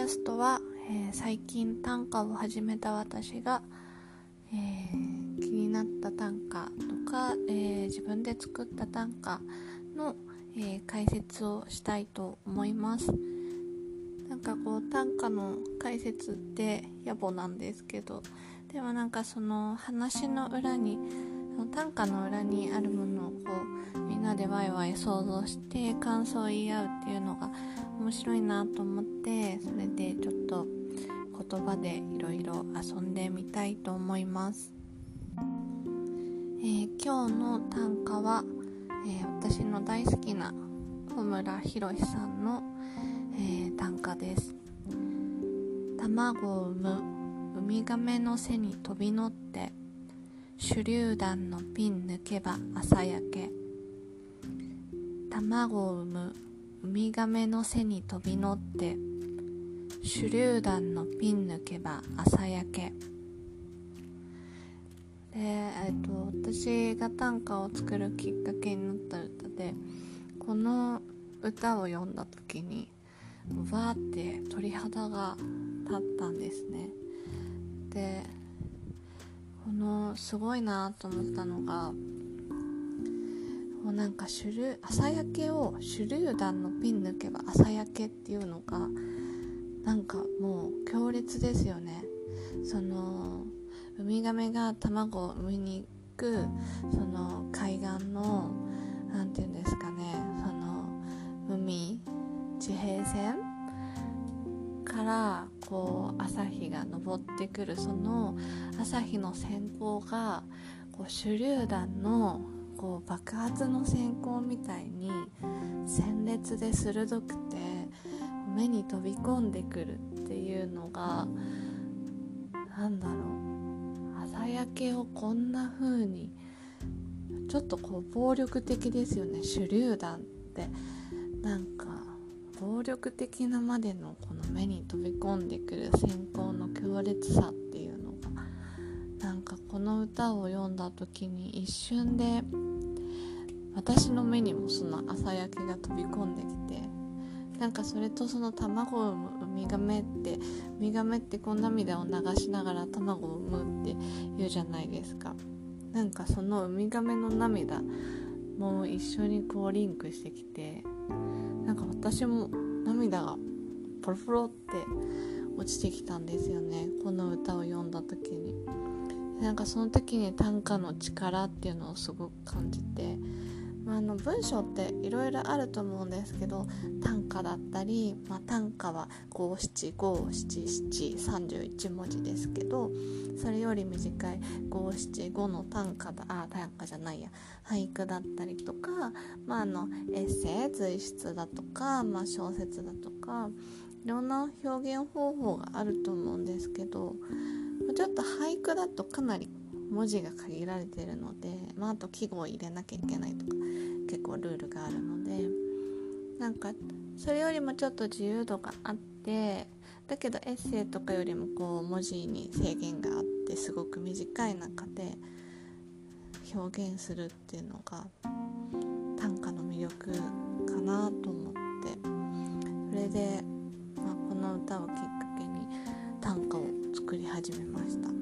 ャストは、最近短歌を始めた私が、気になった短歌とか、自分で作った短歌の、解説をしたいと思います。なんかこう短歌の解説って野暮なんですけど、でもなんかその話の裏に、その短歌の裏にあるものをこうみんなでワイワイ想像して感想を言い合うっていうのが面白いなと思って、それでちょっと言葉でいろいろ遊んでみたいと思います。今日の短歌は、私の大好きな穂村弘さんの、短歌です。卵を産むウミガメの背に飛び乗って手榴弾のピン抜けば朝焼け。卵を産むウミガメの背に飛び乗って手榴弾のピン抜けば朝焼けで、私が短歌を作るきっかけになった歌で、この歌を読んだ時にわーって鳥肌が立ったんですね。で、このすごいなと思ったのが、もうなんか朝焼けを手榴弾のピン抜けば朝焼けっていうのがなんかもう強烈ですよね。そのウミガメが卵を産みに行くその海岸のなんていうんですかね、その地平線からこう朝日が昇ってくる、その朝日の閃光がこう手榴弾のこう爆発の閃光みたいに鮮烈で鋭くて目に飛び込んでくるっていうのが、なんだろう、朝焼けをこんな風にちょっとこう暴力的ですよね。手榴弾ってなんか暴力的なまでのこの目に飛び込んでくる閃光の強烈さっていうのが、なんかこの歌を読んだ時に一瞬で私の目にもその朝焼けが飛び込んできて、なんかそれとその卵を産むウミガメってこう涙を流しながら卵を産むって言うじゃないですか。なんかそのウミガメの涙も一緒にこうリンクしてきて、なんか私も涙がポロポロって落ちてきたんですよね、この歌を読んだ時に。なんかその時に短歌の力っていうのをすごく感じて、文章っていろいろあると思うんですけど、短歌だったり、短歌は五七五七七31文字ですけど、それより短い五七五の短歌じゃないや俳句だったりとか、エッセイ随筆だとか、小説だとかいろんな表現方法があると思うんですけど、ちょっと俳句だとかなり文字が限られているので、あと季語を入れなきゃいけないとか結構ルールがあるので、なんかそれよりもちょっと自由度があって、だけどエッセイとかよりもこう文字に制限があってすごく短い中で表現するっていうのが短歌の魅力かなと思って、それで、この歌をきっかけに短歌を作り始めました。で、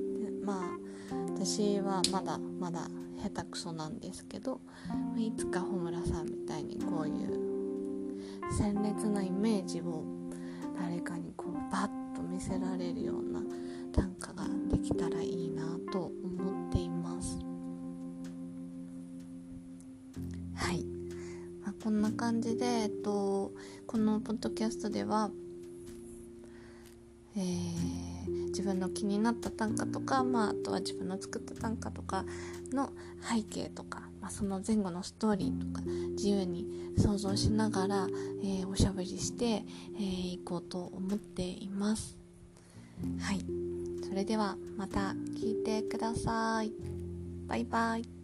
私はまだまだ下手くそなんですけど、いつか穂村さんみたいにこういう鮮烈なイメージを誰かにこうバッと見せられるような短歌ができたらいいなと思っています。はい、こんな感じで、このポッドキャストでは自分の気になった短歌とか、あとは自分の作った短歌とかの背景とか、その前後のストーリーとか自由に想像しながら、おしゃべりしていこうと思っています。はい、それではまた聞いてください。バイバイ。